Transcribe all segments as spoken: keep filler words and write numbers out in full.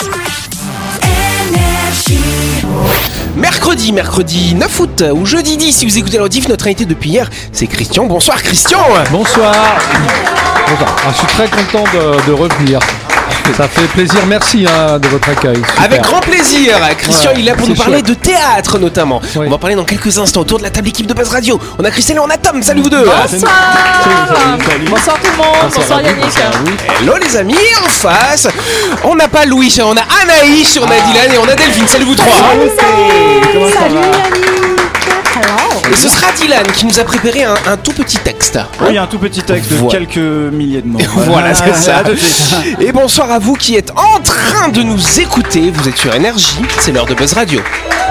Mercredi, mercredi neuf août ou jeudi dix, si vous écoutez l'auditif, notre invité depuis hier, c'est Christian. Bonsoir Christian. Bonsoir. Bonsoir. Ah, je suis très content de, de revenir. Ça fait plaisir, merci hein, de votre accueil. Super. Avec grand plaisir. Christian, ouais, il est là pour nous parler chouette. de théâtre notamment. Oui. On va parler dans quelques instants autour de la table équipe de Buzz Radio. On a Christelle et on a Tom. Salut vous deux. Bonsoir. Salut, salut. Bonsoir tout le monde. Bonsoir, Bonsoir Yannick. Bonsoir, hello les amis. En face, on n'a pas Louis, on a Anaïs, on a ah. Dylan et on a Delphine. Salut vous trois. Salut, salut. Comment ça salut va Yannick. Et ce sera Dylan qui nous a préparé un, un tout petit texte. Oui, un tout petit texte de voilà. quelques milliers de mots. Voilà, voilà c'est ça. Et bonsoir à vous qui êtes en train de nous écouter. Vous êtes sur Énergie, c'est l'heure de Buzz Radio.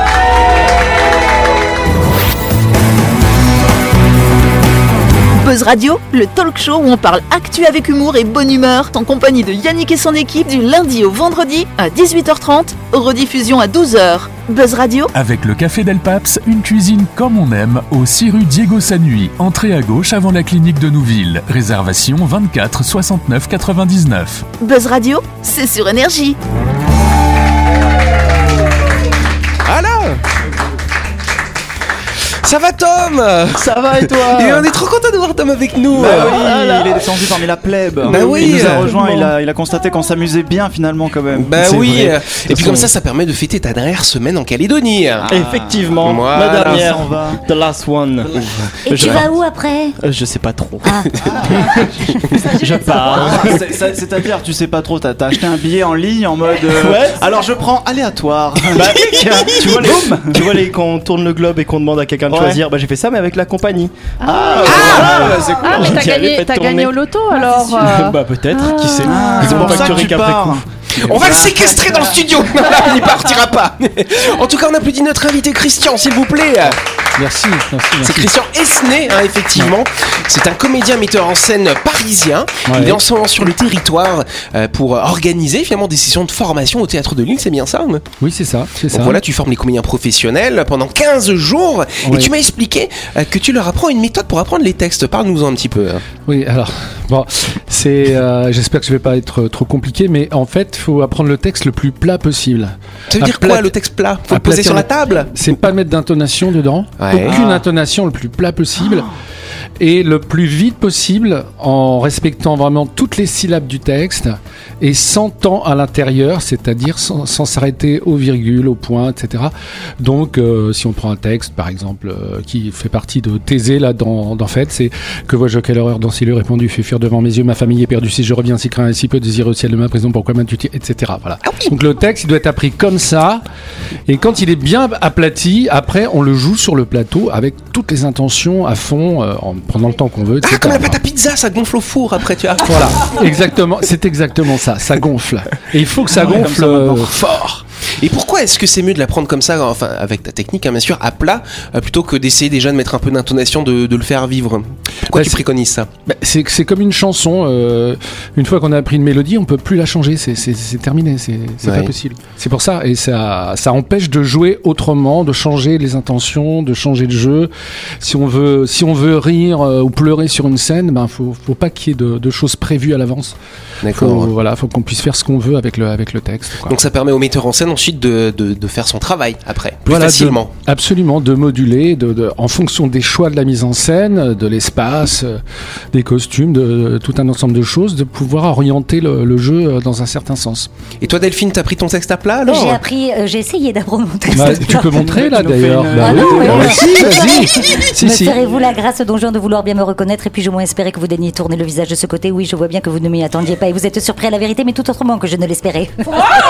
Buzz Radio, le talk show où on parle actu avec humour et bonne humeur, en compagnie de Yannick et son équipe du lundi au vendredi à dix-huit heures trente, rediffusion à douze heures. Buzz Radio avec le Café Del Paps, une cuisine comme on aime, au six rue Diego Sanui, entrée à gauche avant la clinique de Nouville. Réservation vingt-quatre soixante-neuf quatre-vingt-dix-neuf. Buzz Radio, c'est sur Énergie. Voilà. Ça va Tom? Ça va et toi? Et on est trop content de voir Tom avec nous. Bah oui, voilà. Il est descendu parmi la plèbe. Bah oui. Il nous a rejoint, il a, il a constaté qu'on s'amusait bien finalement quand même. Bah c'est oui. Vrai. Et puis comme ça, ça permet de fêter ta dernière semaine en Calédonie. Ah. Effectivement, voilà. La dernière, on va. The last one. Et je... tu vas où après? euh, Je sais pas trop. Ah. Je pars. C'est, c'est-à-dire, tu sais pas trop, t'as, t'as acheté un billet en ligne en mode. Euh, ouais. Alors je prends aléatoire. Bah, tu vois les, tu vois les quand on tourne le globe et qu'on demande à quelqu'un de choisir, bah j'ai fait ça mais avec la compagnie. Ah, ah, ah, ouais, c'est cool. Ah mais t'as gagné, t'as gagné au loto alors euh... Bah peut-être, ah, qui sait. Ah, c'est pour ça que tu pars. On va le séquestrer dans le studio. Non, là, il n'y partira pas. En tout cas, on applaudit notre invité Christian, s'il vous plaît. Merci, merci, merci. C'est Christian Esnay, hein, effectivement. Ouais. C'est un comédien metteur en scène parisien. Ouais. Il est en ce moment sur le territoire euh, pour organiser finalement des sessions de formation au Théâtre de Lille, c'est bien ça? Oui, c'est ça. C'est Donc ça. voilà, tu formes les comédiens professionnels pendant quinze jours. Ouais. Et tu m'as expliqué euh, que tu leur apprends une méthode pour apprendre les textes. Parle-nous-en un petit peu. Oui, alors, bon, c'est, euh, j'espère que je ne vais pas être trop compliqué, mais en fait, il faut apprendre le texte le plus plat possible. Ça veut dire plat, quoi le texte plat? Faut le poser sur la table? C'est pas mettre d'intonation dedans. Ouais. Aucune ah. intonation, le plus plat possible. Oh. Et le plus vite possible en respectant vraiment toutes les syllabes du texte et sans temps à l'intérieur, c'est-à-dire sans, sans s'arrêter aux virgules, aux points, et cetera. Donc, euh, si on prend un texte, par exemple, euh, qui fait partie de Thésée, là, dans, dans Fête, c'est « Que vois-je, quelle horreur dans ces lieux répandu, fait fuir devant mes yeux, ma famille est perdue, si je reviens, si craint, et si peu désiré au ciel de ma prison, pourquoi m'as-tu tiré ?» et cetera. Voilà. Ah oui. Donc, le texte, il doit être appris comme ça, et quand il est bien aplati, après, on le joue sur le plateau avec toutes les intentions à fond, euh, en prenant le temps qu'on veut, et cetera. Ah, comme la pâte à pizza, ça gonfle au four après, tu vois. Voilà, exactement, c'est exactement ça, ça gonfle. Et il faut que ça gonfle euh, fort. Et pourquoi est-ce que c'est mieux de l'apprendre comme ça, enfin avec ta technique, hein, bien sûr, à plat, euh, plutôt que d'essayer déjà de mettre un peu d'intonation, de, de le faire vivre? Pourquoi bah, tu préconises ça? bah, c'est, c'est comme une chanson. Euh, une fois qu'on a appris une mélodie, on peut plus la changer. C'est, c'est, c'est terminé. C'est, c'est ouais. pas possible. C'est pour ça. Et ça, ça empêche de jouer autrement, de changer les intentions, de changer le jeu. Si on veut, si on veut rire euh, ou pleurer sur une scène, ben faut, faut pas qu'il y ait de, de choses prévues à l'avance. D'accord. Faut, voilà, faut qu'on puisse faire ce qu'on veut avec le, avec le texte. Quoi. Donc ça permet au metteur en scène ensuite de, de, de faire son travail après, plus voilà, facilement. De, absolument, de moduler de, de, en fonction des choix de la mise en scène, de l'espace, euh, des costumes, de, de tout un ensemble de choses, de pouvoir orienter le, le jeu dans un certain sens. Et toi Delphine, t'as pris ton texte à plat alors? J'ai appris, euh, j'ai essayé d'apprendre mon texte. Bah, tu peux montrer là d'ailleurs. Une... Bah, ah oui, non, oui, oui. Si, vas-y. si, me si. ferez-vous la grâce, don Juan, de vouloir bien me reconnaître et puis je moins espérer que vous daigniez tourner le visage de ce côté. Oui, je vois bien que vous ne m'y attendiez pas et vous êtes surpris à la vérité, mais tout autrement que je ne l'espérais. Oh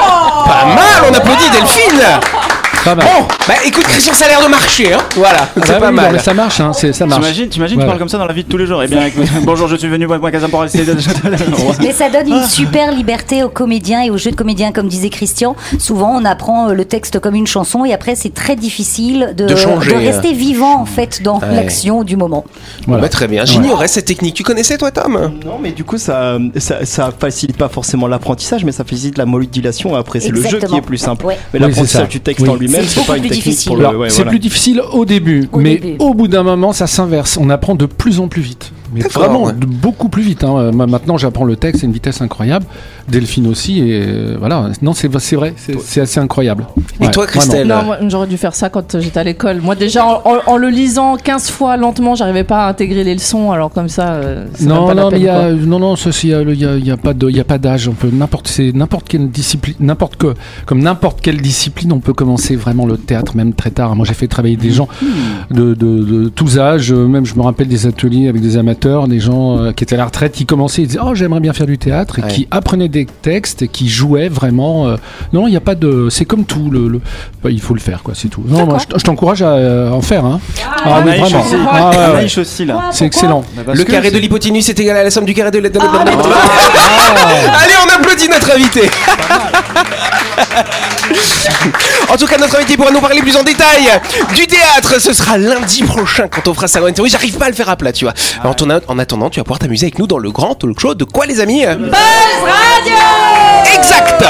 pas mal, on applaudit Delphine. Pas mal. Bon, bah écoute Christian, ça a l'air de marcher, hein. Voilà, ah c'est bah pas oui, mal. Non, mais ça marche, hein, c'est, ça marche. T'imagines, t'imagines voilà. Tu parles comme ça dans la vie de tous les jours. Eh bien, bonjour, je suis venu moi, moi, pour essayer de... Mais ça donne une super liberté aux comédiens et aux jeux de comédiens, comme disait Christian. Souvent, on apprend le texte comme une chanson et après, c'est très difficile de, de, changer, de rester vivant en fait dans ouais. l'action du moment. Voilà. Bah, très bien. J'ignorais ouais. cette technique. Tu connaissais toi, Tom? Non, mais du coup, ça, ça, ça facilite pas forcément l'apprentissage, mais ça facilite la modulation. Après, c'est Exactement. le jeu qui est plus simple. Ouais. Mais oui, l'apprentissage du texte oui. en lui-même, c'est, c'est pas une technique difficile. pour le. Alors, ouais, c'est voilà. plus difficile au début, au mais début. Au bout d'un moment, ça s'inverse. On apprend de plus en plus vite. Mais vraiment ouais. beaucoup plus vite. Hein. Maintenant, j'apprends le texte à une vitesse incroyable. Delphine aussi, et euh, voilà. Non, c'est, c'est vrai, c'est, c'est assez incroyable. Et ouais, toi, Christelle? Non, moi, j'aurais dû faire ça quand j'étais à l'école. Moi, déjà, en, en, en le lisant quinze fois lentement, j'arrivais pas à intégrer les leçons. Alors comme ça, euh, c'est non, pas non, la peine, mais y a, non, non, il y a, y a, y a pas de, y a pas d'âge. On peut n'importe, c'est n'importe quelle discipline, n'importe que, comme n'importe quelle discipline, on peut commencer vraiment le théâtre même très tard. Moi, j'ai fait travailler des gens de, de, de tous âges. Même, je me rappelle des ateliers avec des amateurs, des gens euh, qui étaient à la retraite, qui commençaient, ils disaient, oh, j'aimerais bien faire du théâtre, et ouais. qui apprenaient des textes, qui jouaient vraiment. Euh, non, il n'y a pas de, c'est comme tout. Le, le bah, il faut le faire, quoi. C'est tout. Non, moi, je, je t'encourage à euh, en faire. Hein. Ah, ah oui, vraiment. Aussi. Ah, ouais, ouais. Ouais. Aussi, là. C'est excellent. Bah, le carré de l'hypoténuse est égal à la somme du carré de la... Ah, ah, allez, on applaudit notre invité. En tout cas, notre invité pourra nous parler plus en détail du théâtre. Ce sera lundi prochain quand on fera sa grande interview. J'arrive pas à le faire à plat, tu vois. Ah, en, ton, en attendant, tu vas pouvoir t'amuser avec nous dans le grand talk show de quoi, les amis? Buzz Radio. Exact.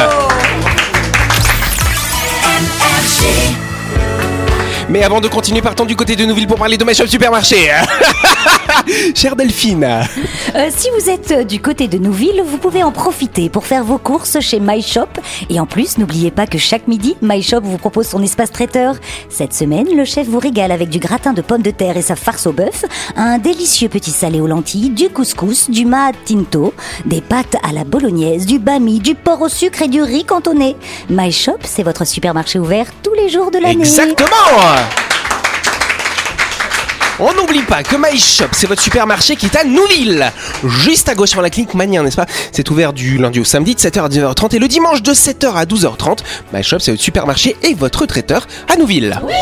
Mais avant de continuer, partons du côté de Nouville pour parler de My Shop Supermarché. Chère Delphine. Euh, si vous êtes du côté de Nouville, vous pouvez en profiter pour faire vos courses chez My Shop. Et en plus, n'oubliez pas que chaque midi, My Shop vous propose son espace traiteur. Cette semaine, le chef vous régale avec du gratin de pommes de terre et sa farce au bœuf, un délicieux petit salé aux lentilles, du couscous, du maad tinto, des pâtes à la bolognaise, du bami, du porc au sucre et du riz cantonné. My Shop, c'est votre supermarché ouvert tous les jours de l'année. Exactement. On n'oublie pas que My Shop, c'est votre supermarché qui est à Nouville, juste à gauche sur la clinique Mania, n'est-ce pas? C'est ouvert du lundi au samedi de sept heures à dix-neuf heures trente et le dimanche de sept heures à douze heures trente. My Shop, c'est votre supermarché et votre traiteur à Nouville. Oui.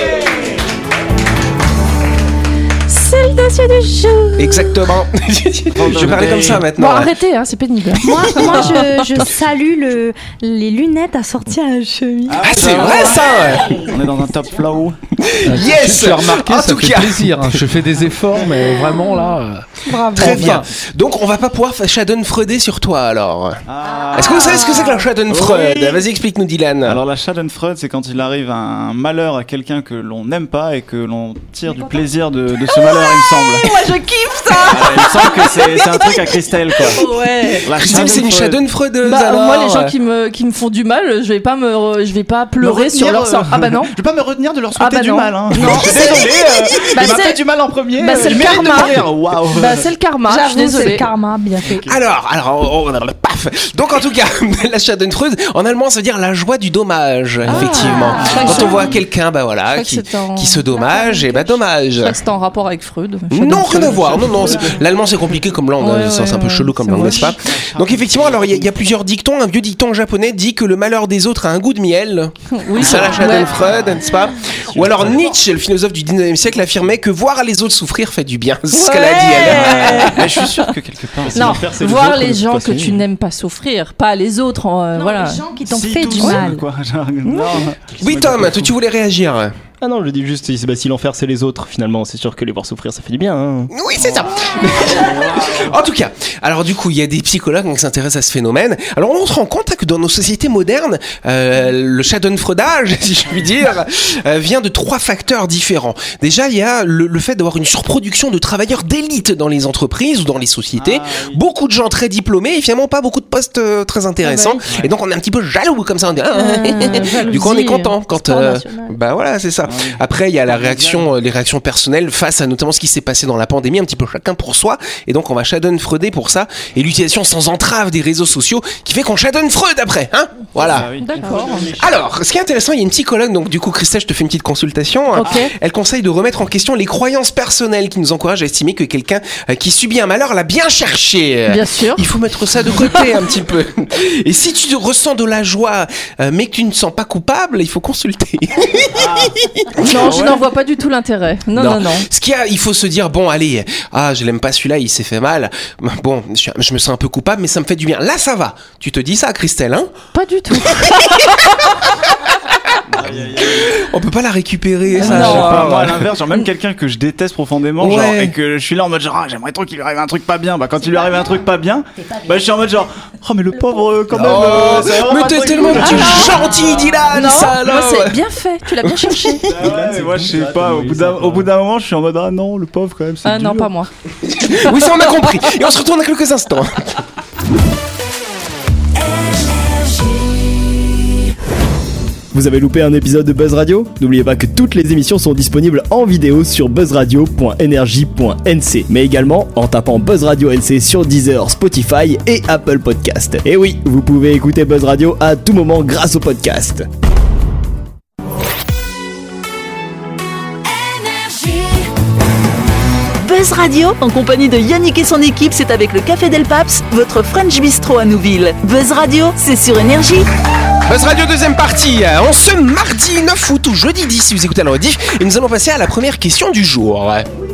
C'est le dossier du jour. Exactement. Je vais parler comme ça maintenant. Bon, arrêtez, hein, c'est pénible. Moi, moi je, je salue le, les lunettes assorties à la chemise. Ah, ah c'est vrai ça ouais. On est dans un top flow. Yes. Tu as remarqué, en ça fait cas. plaisir. Hein. Je fais des efforts, mais vraiment là. Bravo. Très bien. Donc on va pas pouvoir Schadenfreuder sur toi alors. Ah. Est-ce que vous savez ce que c'est que la Schadenfreude? Oui. Vas-y, explique-nous, Dylan. Alors la Schadenfreude, c'est quand il arrive un malheur à quelqu'un que l'on n'aime pas et que l'on tire du plaisir de, de ce malheur. Il me semble. Moi je kiffe ça. Ah, il me semble que c'est, c'est un truc à Christelle quoi. Ouais. Christelle c'est une Schadenfreudeuse bah, alors. Moi les gens qui me qui me font du mal, je vais pas me je vais pas pleurer retenir, sur leur sort. Ah bah non. Je vais pas me retenir de leur souhaiter ah bah du non. mal. Hein. Non. Je suis désolé. Euh, bah, il m'a fait du mal en premier. Bah c'est le karma. Waouh. Bah c'est le karma. Je suis désolé. C'est le karma, bien fait. Okay. Alors alors on, on, paf. Donc en tout cas la Schadenfreude en allemand ça veut dire la joie du dommage. Ah, effectivement. Quand on voit quelqu'un bah voilà qui qui se dommage et bah dommage. Je crois que c'est en rapport avec Freud. Non, rien à voir. Non, non. L'allemand, c'est compliqué comme langue. Ouais, c'est ouais, un peu chelou comme langue, n'est-ce pas? Donc, effectivement, alors, il y, y a plusieurs dictons. Un vieux dicton japonais dit que le malheur des autres a un goût de miel. Oui, ça, la Schadenfreude, ouais. N'est-ce pas? Ou alors, Nietzsche, le philosophe du dix-neuvième siècle, affirmait que voir les autres souffrir fait du bien. C'est ouais. ce qu'elle a dit, elle. Mais je suis sûr que quelque part, non, faire, voir les gens que tu n'aimes pas souffrir, pas les autres. Euh, non, voilà. Les gens qui t'ont si fait du mal. Quoi. Genre, non. Oui, Tom, toi, tu voulais réagir? Ah non, je dis juste, bah, si l'enfer c'est les autres, finalement, c'est sûr que les voir souffrir, ça fait du bien. Hein. Oui, c'est ça. En tout cas, alors du coup, il y a des psychologues qui s'intéressent à ce phénomène. Alors on se rend compte que dans nos sociétés modernes, euh, le Schadenfreudage, si je puis dire, euh, vient de trois facteurs différents. Déjà, il y a le, le fait d'avoir une surproduction de travailleurs d'élite dans les entreprises ou dans les sociétés. Ah, oui. Beaucoup de gens très diplômés et finalement pas beaucoup de postes euh, très intéressants. Ah, bah, oui. Et donc on est un petit peu jaloux comme ça. On dit, ah, euh, du coup, on est content quand. Euh, bah voilà, c'est ça. Après, il y a la réaction, les réactions personnelles face à notamment ce qui s'est passé dans la pandémie, un petit peu chacun pour soi. Et donc, on va Schadenfreuder pour ça. Et l'utilisation sans entrave des réseaux sociaux qui fait qu'on Schadenfreude après, hein? Voilà. Ah oui. D'accord. Alors, ce qui est intéressant, il y a une psychologue, donc du coup, Christelle, je te fais une petite consultation. Okay. Elle conseille de remettre en question les croyances personnelles qui nous encouragent à estimer que quelqu'un qui subit un malheur l'a bien cherché. Bien sûr. Il faut mettre ça de côté un petit peu. Et si tu ressens de la joie, mais que tu ne sens pas coupable, il faut consulter. Ah. Non, je ouais. n'en vois pas du tout l'intérêt. Non, non, non, non. Ce qu'il y a, il faut se dire, bon, allez, ah, je l'aime pas celui-là, il s'est fait mal. Bon, je, je me sens un peu coupable, mais ça me fait du bien. Là, ça va. Tu te dis ça, Christelle, hein? Pas du tout. On peut pas la récupérer, ça. Non, je sais pas, moi à l'inverse, genre même quelqu'un que je déteste profondément, ouais. genre, et que je suis là en mode genre, ah, j'aimerais trop qu'il lui arrive un truc pas bien. Bah quand il lui arrive un truc pas bien, bah je suis en mode genre, oh mais le pauvre quand même. Oh, euh, mais t'es tellement petit gentil, Dylan. Non, ça, moi c'est bien fait, tu l'as bien cherché. Ah ouais, mais moi je sais pas, au bout, d'un, au bout d'un moment, je suis en mode ah non, le pauvre quand même. C'est ah dur. Non, pas moi. Oui, ça on a compris. Et on se retourne dans quelques instants. Vous avez loupé un épisode de Buzz Radio ? N'oubliez pas que toutes les émissions sont disponibles en vidéo sur buzzradio point energie point n c, mais également en tapant Buzz Radio N C sur Deezer, Spotify et Apple Podcast. Et oui, vous pouvez écouter Buzz Radio à tout moment grâce au podcast. Buzz Radio, en compagnie de Yannick et son équipe, c'est avec le Café Del Paps, votre French Bistro à Nouville. Buzz Radio, c'est sur Énergie. Buzz Radio deuxième partie, en ce mardi neuf août ou jeudi dix si vous écoutez la rediff, et nous allons passer à la première question du jour.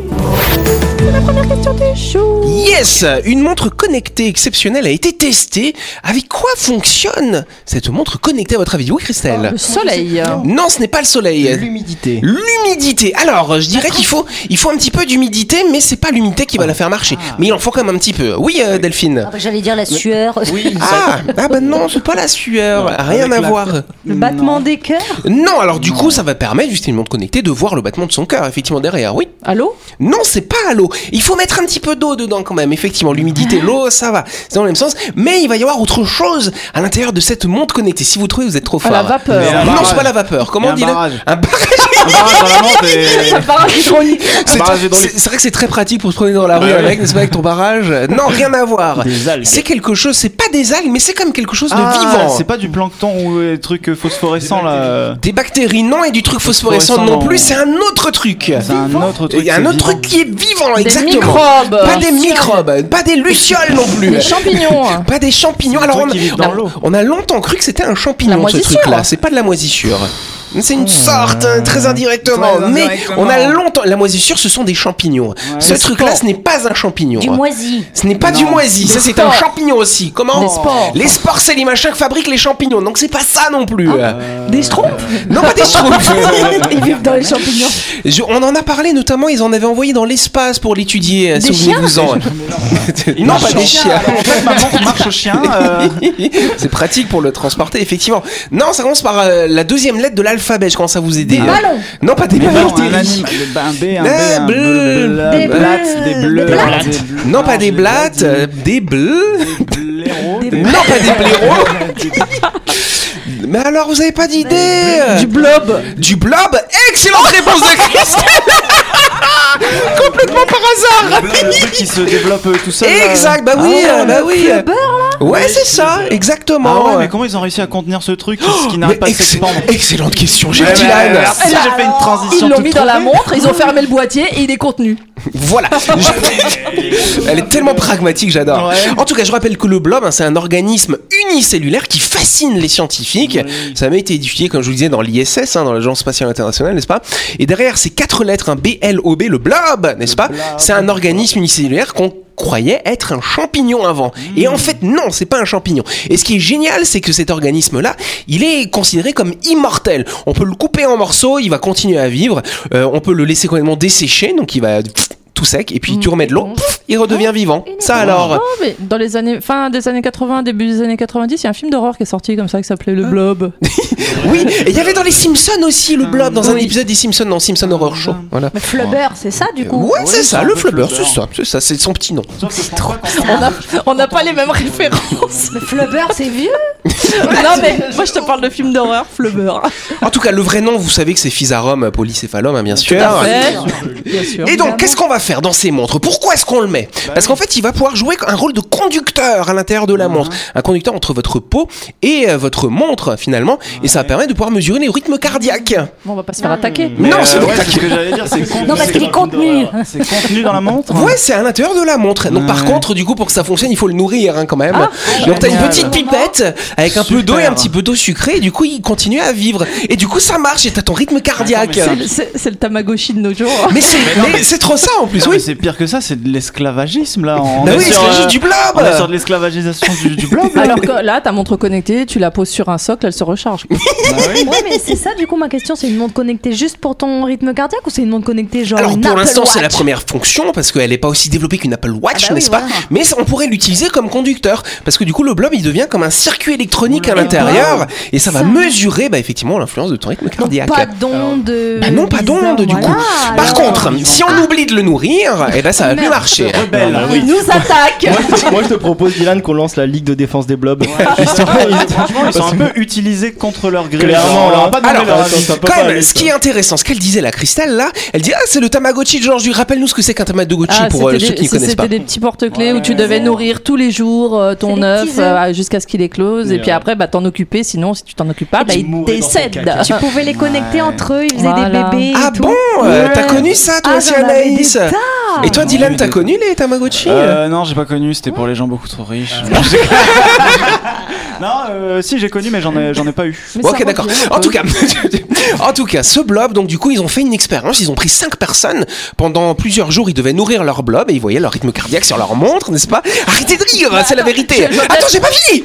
La première question du jour. Yes, une montre connectée exceptionnelle a été testée. Avec quoi fonctionne cette montre connectée à votre avis ? Oui, Christelle. Oh, le soleil. Non, ce n'est pas le soleil. L'humidité. L'humidité. Alors, je dirais qu'il faut, il faut un petit peu d'humidité, mais c'est pas l'humidité qui va la faire marcher. Ah. Mais il en faut quand même un petit peu. Oui, euh, Delphine. Ah bah, j'allais dire la sueur. Oui. Ah, ah bah non, c'est pas la sueur. Non, rien à voir. Le battement non. des cœurs ? Non, alors du non. coup, ça va permettre, juste une montre connectée, de voir le battement de son cœur, effectivement, derrière. Oui. À l'eau ? Non, c'est pas à l'eau. Il faut mettre un petit peu d'eau dedans quand même. Effectivement, l'humidité, l'eau, ça va. C'est dans le même sens. Mais il va y avoir autre chose à l'intérieur de cette montre connectée. Si vous trouvez, vous êtes trop fort. À la vapeur. Non, c'est pas la vapeur. Comment on dit là ? Un barrage. Un barrage dans la montre et... Un barrage hydraulique. C'est, c'est, c'est vrai que c'est très pratique pour se promener dans la rue avec, n'est-ce pas, avec ton barrage. Non, rien à voir. Des algues. C'est quelque chose, c'est pas des algues, mais c'est comme quelque chose de ah, vivant. C'est pas du plancton ou des trucs phosphorescents là. Des bactéries, non, et du truc phosphorescent non plus. C'est un autre truc. C'est un autre truc. Il y a un autre truc qui est vivant, des exactement. Microbes. Pas des microbes, pas des lucioles non plus. Des champignons. Pas des champignons. Alors on, on, on a longtemps cru que c'était un champignon ce truc-là. C'est pas de la moisissure. C'est une sorte, hein, très indirectement. Très mais indirectement. On a longtemps. La moisissure, ce sont des champignons. Ouais. Ce le truc-là, sport. Ce n'est pas un champignon. Du moisi. Ce n'est pas non. du moisi. Ça, c'est sports. Un champignon aussi. Comment ? Les sports. Les sports, c'est les machins qui fabriquent les champignons. Donc, c'est pas ça non plus. Ah. Euh... Des schtroumpfs ? Non, pas des schtroumpfs. Ils vivent dans les champignons. Je, on en a parlé notamment. Ils en avaient envoyé dans l'espace pour l'étudier. Souvenez-vous-en. Non, pas des chiens. En fait, ma montre marche aux chiens. Euh... C'est pratique pour le transporter, effectivement. Non, ça commence par euh, la deuxième lettre de l'alphabet. Je commence à vous aider. Des ballons. Non, pas des ballons. Un animal. Un B, un B, un bleu. Des blattes, des bleus. Non, pas des blattes. Des bleus. Non, pas des blaireaux. Mais alors, vous avez pas d'idée? Du blob. Du blob. Excellente réponse de Christelle. Complètement par hasard. Le truc qui se développe tout seul. Exact, bah oui, ah ouais, bah oui. Le beurre là. Ouais, c'est ça, exactement. Ah ouais, mais comment ils ont réussi à contenir ce truc qui, qui n'arrête pas de s'expandre? Excellente question, j'ai dit là. Merci, j'ai fait une transition. Ils l'ont mis dans la montre, ils ont fermé le boîtier et il est contenu. Voilà. Elle est tellement pragmatique, j'adore. Ouais. En tout cas, je rappelle que le blob, hein, c'est un organisme unicellulaire qui fascine les scientifiques. Oui. Ça a même été étudié, comme je vous disais, dans l'I S S, hein, dans l'Agence spatiale internationale, n'est-ce pas? Et derrière ces quatre lettres, un B L O B, le blob, n'est-ce pas? C'est un organisme unicellulaire qu'on croyait être un champignon avant. Mmh. Et en fait, non, c'est pas un champignon. Et ce qui est génial, c'est que cet organisme-là, il est considéré comme immortel. On peut le couper en morceaux, il va continuer à vivre. Euh, on peut le laisser complètement dessécher, donc il va tout sec, et puis mmh. tu remets de l'eau, pff, il redevient oh, vivant. Ça alors. Non, mais dans les années, fin des années quatre-vingts, début des années quatre-vingt-dix, il y a un film d'horreur qui est sorti comme ça, qui s'appelait Le Blob. Oui, et il y avait dans les Simpsons aussi le Blob, dans oui. un épisode des Simpsons, dans Simpson Horror Show. Voilà. Mais Flubber, c'est ça du coup? Ouais, c'est ça, le Flubber, c'est ça, c'est ça, c'est son petit nom. C'est trop. On n'a pas les mêmes références. Le Flubber, c'est vieux. Non, mais moi je te parle de film d'horreur, Flubber. En tout cas, le vrai nom, vous savez que c'est Physarum polycéphalum, hein, bien sûr. Tout à fait. Bien sûr. Et donc, qu'est-ce qu'on va faire dans ces montres? Pourquoi est-ce qu'on le met? Parce qu'en fait, il va pouvoir jouer un rôle de conducteur à l'intérieur de la montre. Un conducteur entre votre peau et votre montre, finalement. Et ça va permettre de pouvoir mesurer les rythmes cardiaques. Bon, on va pas se faire attaquer. Mais non, euh, c'est ouais, ce que j'allais dire, c'est con... Non, parce qu'il est contenu. C'est contenu dans la montre. Ouais, c'est à l'intérieur de la montre. Donc, ouais. par contre, du coup, pour que ça fonctionne, il faut le nourrir hein, quand même. Ah, donc, t'as une petite pipette avec un Super. peu d'eau et un petit peu d'eau sucrée. Et du coup, il continue à vivre. Et du coup, ça marche. Et t'as ton rythme cardiaque. Attends, c'est, c'est, c'est le Tamagotchi de nos jours. Mais c'est, mais non, mais c'est trop ça en plus. Non, oui. mais c'est pire que ça. C'est de l'esclavagisme là. On bah est oui, sur, l'esclavagisme euh, du blob. On est sur de l'esclavagisation du, du blob. Là. Alors que là, ta montre connectée, tu la poses sur un socle, elle se recharge. Bah oui. Ouais, mais c'est ça du coup ma question. C'est une montre connectée juste pour ton rythme cardiaque ou c'est une montre connectée genre Alors une pour Apple l'instant, Watch? C'est la première fonction parce qu'elle n'est pas aussi développée qu'une Apple Watch, ah bah oui, n'est-ce voilà. pas? Mais on pourrait l'utiliser comme conducteur parce que du coup, le blob il devient comme un circuit électronique électronique à l'intérieur et ça va mesurer bah, effectivement l'influence de ton rythme cardiaque. Pas d'onde. Bah non, pas d'onde du coup. Par contre, si on oublie de le nourrir, et ben ça va plus marcher. Rebelle, oui. Il nous attaque. Moi, moi, je te propose, Dylan, qu'on lance la Ligue de défense des blobs. Ouais. Franchement, ils sont un peu utilisés contre leur gré. Clairement, on leur a pas demandé alors, leur avis. quand même, ce qui est intéressant, ce qu'elle disait la Christelle là, elle dit ah c'est le Tamagotchi de Georges. Rappelle-nous ce que c'est qu'un Tamagotchi ah, pour euh, ceux des, qui ne connaissent pas. C'était des petits porte-clés ouais, où tu devais nourrir tous les jours euh, ton œuf euh, jusqu'à ce qu'il éclose et, et puis après bah t'en occuper. Sinon, si tu t'en occupes pas, bah il décède. Tu pouvais les connecter entre eux. Ils faisaient voilà. des bébés. Ah et bon tout. euh, T'as connu ça toi ah, aussi Anaïs? Et toi Dylan, t'as des... connu les Tamagotchi? euh, Non, j'ai pas connu. C'était pour les gens beaucoup trop riches. Non, euh, si j'ai connu, mais j'en ai, j'en ai pas eu. Bon, ok, d'accord. En tout cas, en tout cas, ce blob, donc du coup, ils ont fait une expérience. Ils ont pris cinq personnes pendant plusieurs jours. Ils devaient nourrir leur blob et ils voyaient leur rythme cardiaque sur leur montre, n'est-ce pas? Arrêtez de rire, c'est la vérité. Attends, j'ai pas fini.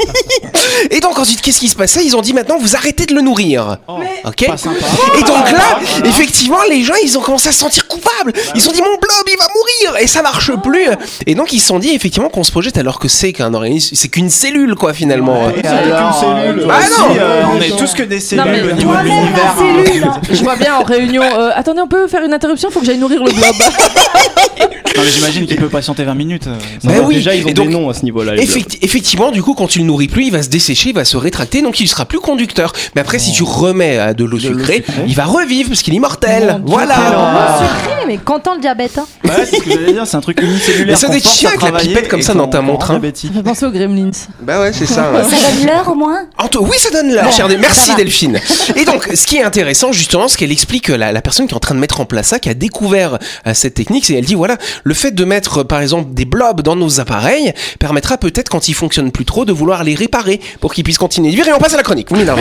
Et donc ensuite, qu'est-ce qui se passait? Ils ont dit maintenant, vous arrêtez de le nourrir. Oh, ok. Et donc là, effectivement, les gens, ils ont commencé à se sentir coupables. Ils se sont dit mon blob, il va mourir et ça marche plus. Et donc ils se sont dit effectivement qu'on se projette alors que c'est qu'un organisme, c'est qu'une cellule quoi finalement. Ouais, c'est qu'une cellule. Ah non, euh, on est tous que des cellules non, au niveau de l'univers. Je vois bien en réunion. Euh, attendez, on peut faire une interruption? Faut que j'aille nourrir le blob. Non mais j'imagine qu'il peut patienter vingt minutes. Bah oui. Déjà ils ont donc, des noms à ce niveau-là. Effecti- effectivement, du coup, quand tu le nourris plus, il va se dessécher, il va se rétracter, donc il sera plus conducteur. Mais après, oh. si tu remets à de l'eau sucrée, il va revivre parce qu'il est immortel. Oh, voilà. Ah. Sucré, mais qu'entend le diabète hein. Ouais, c'est ce que j'allais dire, c'est un truc unicellulaire. Mais ça des chiens avec la pipette comme ça dans ta montre. Ça fait penser aux Gremlins. Bah ouais, c'est ça. Ouais. Ça donne l'heure au moins? Anto- oui, ça donne l'heure. Bon, cher... Merci Delphine. Et donc, ce qui est intéressant, justement, ce qu'elle explique, la, la personne qui est en train de mettre en place ça, qui a découvert euh, cette technique, c'est elle dit voilà, le fait de mettre par exemple des blobs dans nos appareils permettra peut-être quand ils fonctionnent plus trop de vouloir les réparer pour qu'ils puissent continuer de vivre. Et on passe à la chronique. Vous m'énervez.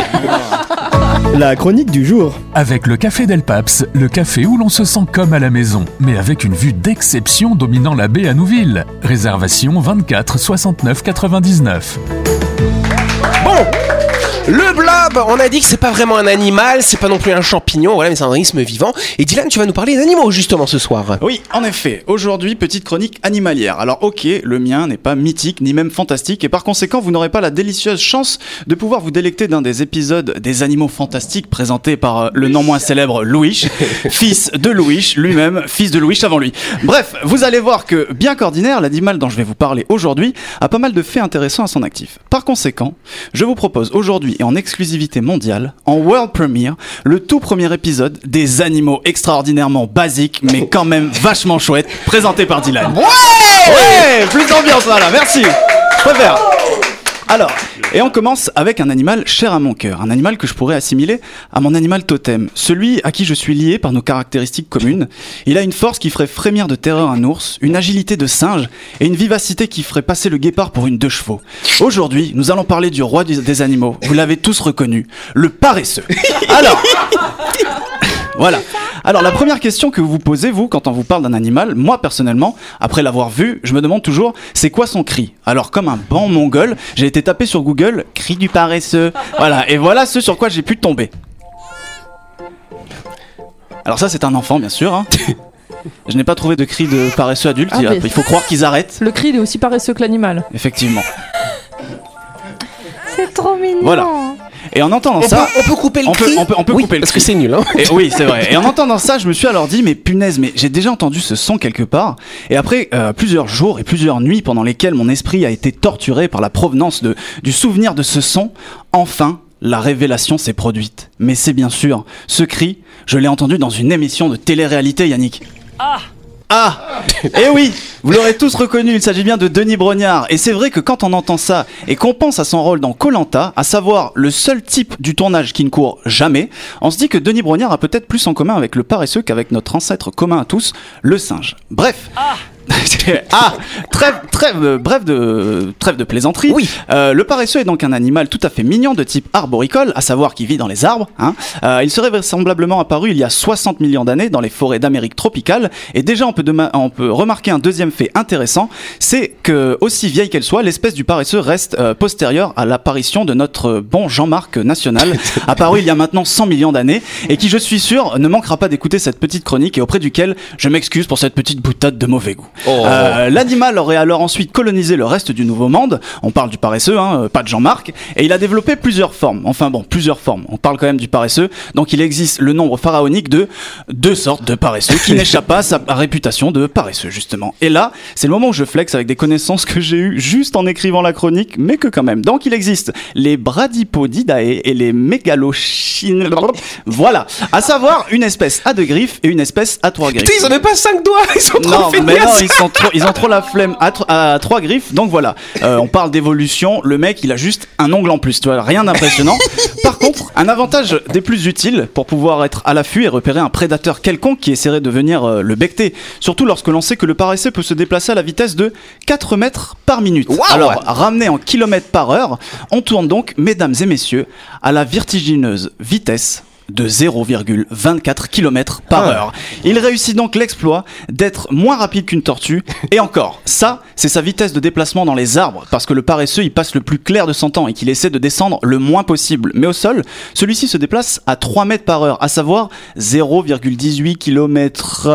La chronique du jour. Avec le Café Del Paps, le café où l'on se sent comme à la maison, mais avec une vue d'exception dominant la baie à Nouville. Réservation vingt-quatre soixante-neuf quatre-vingt-dix-neuf. Bon, le blob, on a dit que c'est pas vraiment un animal, c'est pas non plus un champignon, voilà, mais c'est un organisme vivant. Et Dylan, tu vas nous parler d'animaux justement ce soir. Oui, en effet. Aujourd'hui, petite chronique animalière. Alors ok, le mien n'est pas mythique ni même fantastique et par conséquent, vous n'aurez pas la délicieuse chance de pouvoir vous délecter d'un des épisodes des Animaux Fantastiques présentés par euh, le non moins célèbre Louis, fils de Louis, lui-même fils de Louis avant lui. Bref, vous allez voir que bien qu'ordinaire, l'animal dont je vais vous parler aujourd'hui a pas mal de faits intéressants à son actif. Par conséquent, je vous propose aujourd'hui et en exclusivité mondiale, en world premiere, le tout premier épisode des animaux extraordinairement basiques, mais quand même vachement chouettes, présenté par Dylan. Ouais, ouais, plus d'ambiance, voilà, merci. Je préfère. Alors, et on commence avec un animal cher à mon cœur, un animal que je pourrais assimiler à mon animal totem, celui à qui je suis lié par nos caractéristiques communes. Il a une force qui ferait frémir de terreur un ours, une agilité de singe et une vivacité qui ferait passer le guépard pour une deux chevaux. Aujourd'hui, nous allons parler du roi des animaux, vous l'avez tous reconnu, le paresseux. Alors, voilà. Alors la première question que vous vous posez, vous, quand on vous parle d'un animal, moi personnellement, après l'avoir vu, je me demande toujours, c'est quoi son cri? Alors comme un bon mongol, j'ai été tapé sur Google, cri du paresseux. Voilà, et voilà ce sur quoi j'ai pu tomber. Alors ça c'est un enfant bien sûr, hein. Je n'ai pas trouvé de cri de paresseux adulte, ah, il faut croire qu'ils arrêtent. Le cri il est aussi paresseux que l'animal. Effectivement. C'est trop mignon. Voilà. Et en entendant on ça, peut, on peut couper le on cri. Peut, on peut, on peut oui, couper le parce cri. que c'est nul. Hein. Et oui, c'est vrai. Et en entendant ça, je me suis alors dit, mais punaise, mais j'ai déjà entendu ce son quelque part. Et après euh, plusieurs jours et plusieurs nuits pendant lesquelles mon esprit a été torturé par la provenance de, du souvenir de ce son, enfin, la révélation s'est produite. Mais c'est bien sûr, ce cri, je l'ai entendu dans une émission de télé-réalité, Yannick. Ah Ah Eh oui, vous l'aurez tous reconnu, il s'agit bien de Denis Brognard. Et c'est vrai que quand on entend ça et qu'on pense à son rôle dans Koh-Lanta, à savoir le seul type du tournage qui ne court jamais, on se dit que Denis Brognard a peut-être plus en commun avec le paresseux qu'avec notre ancêtre commun à tous, le singe. Bref. Ah ah, trêve, trêve, euh, bref de, trêve de plaisanterie. Oui. Euh, le paresseux est donc un animal tout à fait mignon de type arboricole, à savoir qui vit dans les arbres. Hein. Euh, il serait vraisemblablement apparu il y a soixante millions d'années dans les forêts d'Amérique tropicale. Et déjà, on peut, dema- on peut remarquer un deuxième fait intéressant, c'est que, aussi vieille qu'elle soit, l'espèce du paresseux reste euh, postérieure à l'apparition de notre bon Jean-Marc National, apparu il y a maintenant cent millions d'années, et qui, je suis sûr, ne manquera pas d'écouter cette petite chronique et auprès duquel je m'excuse pour cette petite boutade de mauvais goût. Oh. Euh, l'animal aurait alors ensuite colonisé le reste du Nouveau Monde. On parle du paresseux, hein, pas de Jean-Marc. Et il a développé plusieurs formes. Enfin bon, plusieurs formes. On parle quand même du paresseux. Donc il existe le nombre pharaonique de deux sortes de paresseux qui n'échappent pas à sa réputation de paresseux, justement. Et là, c'est le moment où je flex avec des connaissances que j'ai eues juste en écrivant la chronique, mais que quand même. Donc il existe les Bradypodidae et les Mégalochines. Voilà. À savoir une espèce à deux griffes et une espèce à trois griffes. Putain, ils en ont pas cinq doigts, ils sont trop Non, mais non, ils, sont trop, ils ont trop la flemme à, à trois griffes. Donc voilà, euh, on parle d'évolution. Le mec, il a juste un ongle en plus, tu vois, rien d'impressionnant. Par contre, un avantage des plus utiles pour pouvoir être à l'affût et repérer un prédateur quelconque qui essaierait de venir euh, le becter. Surtout lorsque l'on sait que le paresseux peut se déplacer à la vitesse de quatre mètres par minute. Wow. Alors, ramené en kilomètres par heure, on tourne donc, mesdames et messieurs, à la vertigineuse vitesse de zéro virgule vingt-quatre kilomètres par heure. Il réussit donc l'exploit d'être moins rapide qu'une tortue. Et encore, ça, c'est sa vitesse de déplacement dans les arbres, parce que le paresseux, il passe le plus clair de son temps et qu'il essaie de descendre le moins possible. Mais au sol, celui-ci se déplace à trois mètres par heure, à savoir zéro virgule dix-huit kilomètres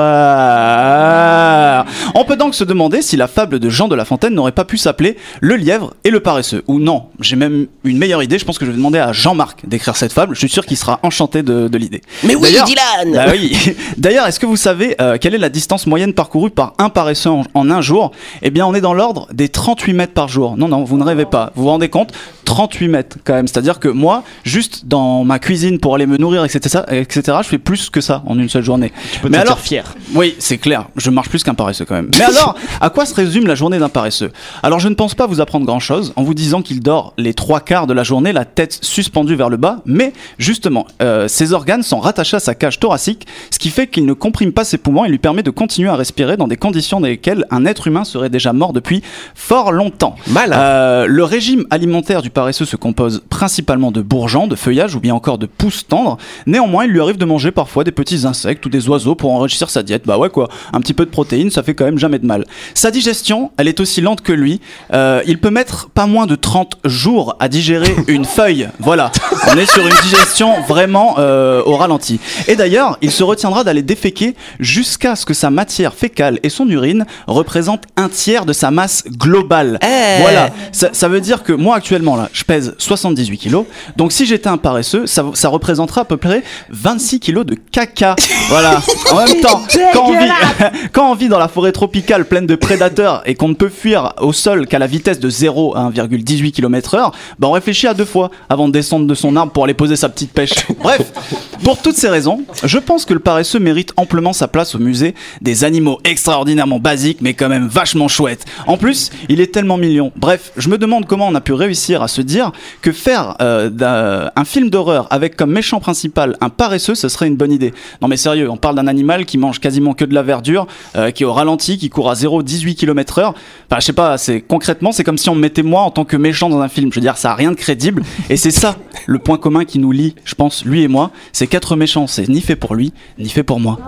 heure. On peut donc se demander si la fable de Jean de La Fontaine n'aurait pas pu s'appeler Le lièvre et le paresseux. Ou non, j'ai même une meilleure idée, je pense que je vais demander à Jean-Marc d'écrire cette fable, je suis sûr qu'il sera enchanté De, de l'idée. Mais oui, D'ailleurs, Dylan bah oui. D'ailleurs, est-ce que vous savez euh, quelle est la distance moyenne parcourue par un paresseux en, en un jour? Eh bien, on est dans l'ordre des trente-huit mètres par jour. Non, non, vous ne rêvez pas. Vous vous rendez compte? trente-huit mètres quand même. C'est-à-dire que moi, juste dans ma cuisine pour aller me nourrir, et cetera, et cetera, je fais plus que ça en une seule journée. Tu peux Mais te alors, dire fier. Oui, c'est clair. Je marche plus qu'un paresseux quand même. Mais alors, à quoi se résume la journée d'un paresseux? Alors, je ne pense pas vous apprendre grand-chose en vous disant qu'il dort les trois quarts de la journée, la tête suspendue vers le bas. Mais justement, euh, ses organes sont rattachés à sa cage thoracique, ce qui fait qu'il ne comprime pas ses poumons et lui permet de continuer à respirer dans des conditions dans lesquelles un être humain serait déjà mort depuis fort longtemps. Mal. Euh, le régime alimentaire du paresseux se compose principalement de bourgeons, de feuillages ou bien encore de pousses tendres. Néanmoins, il lui arrive de manger parfois des petits insectes ou des oiseaux pour enrichir sa diète. Bah ouais quoi, un petit peu de protéines, ça fait quand même jamais de mal. Sa digestion, elle est aussi lente que lui. Euh, il peut mettre pas moins de trente jours à digérer une feuille. Voilà, on est sur une digestion vraiment euh, au ralenti. Et d'ailleurs, il se retiendra d'aller déféquer jusqu'à ce que sa matière fécale et son urine représentent un tiers de sa masse globale. Hey. Voilà, ça, ça veut dire que moi actuellement là, je pèse soixante-dix-huit kilos. Donc si j'étais un paresseux, ça, ça représentera à peu près vingt-six kilos de caca. Voilà. En même temps, quand on, vit, quand on vit dans la forêt tropicale pleine de prédateurs et qu'on ne peut fuir au sol qu'à la vitesse de zéro à un virgule dix-huit kilomètres heure, bah on réfléchit à deux fois avant de descendre de son arbre pour aller poser sa petite pêche. Bref, pour toutes ces raisons, je pense que le paresseux mérite amplement sa place au musée des animaux extraordinairement basiques mais quand même vachement chouettes. En plus, il est tellement mignon. Bref, je me demande comment on a pu réussir à se dire que faire euh, d'un, un film d'horreur avec comme méchant principal un paresseux, ce serait une bonne idée. Non mais sérieux, on parle d'un animal qui mange quasiment que de la verdure, euh, qui est au ralenti, qui court à zéro virgule dix-huit kilomètres heure. Enfin, je sais pas, c'est concrètement, c'est comme si on me mettait moi en tant que méchant dans un film. Je veux dire, ça a rien de crédible. Et c'est ça le point commun qui nous lie, je pense, lui et moi, c'est qu'être méchant, c'est ni fait pour lui, ni fait pour moi.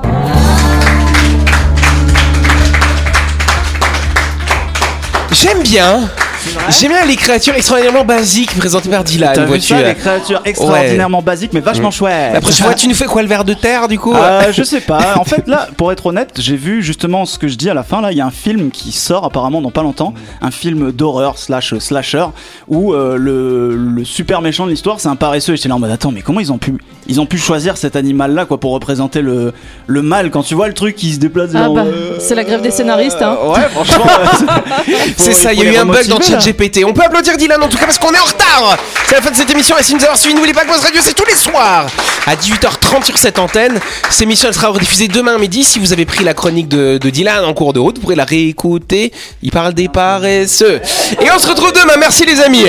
J'aime bien. J'aime bien les créatures extraordinairement basiques présentées par Dylan. T'as vu ça, les créatures extraordinairement ouais. basiques mais vachement mmh. chouettes. La prochaine fois, tu nous fais quoi, le ver de terre du coup? euh, Je sais pas. En fait, là, pour être honnête, j'ai vu justement ce que je dis à la fin. Là, il y a un film qui sort apparemment dans pas longtemps, un film d'horreur slash slasher où euh, le, le super méchant de l'histoire, c'est un paresseux. Et j'étais là en mode attends, mais comment ils ont pu, ils ont pu choisir cet animal-là quoi pour représenter le le mal quand tu vois le truc qui se déplace. Ah genre, bah, euh... c'est la grève des scénaristes. Hein. Ouais, franchement. C'est ça, il y a eu un bug dans ChatGPT. On peut applaudir Dylan en tout cas parce qu'on est en retard. C'est la fin de cette émission et si vous nous avez suivi, n'oubliez pas que Buzz Radio c'est tous les soirs à dix-huit heures trente sur cette antenne. Cette émission elle sera rediffusée demain midi. Si vous avez pris la chronique de, de Dylan en cours de route, vous pourrez la réécouter. Il parle des paresseux. Et on se retrouve demain. Merci les amis.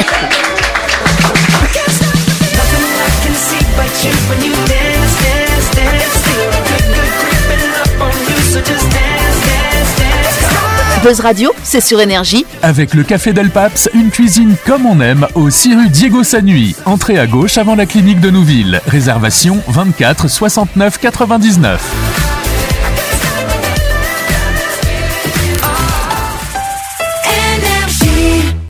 Buzz Radio, c'est sur Énergie. Avec le Café Del Paps, une cuisine comme on aime au six rue Diego Sanui. Entrée à gauche avant la clinique de Nouville. Réservation vingt-quatre soixante-neuf quatre-vingt-dix-neuf.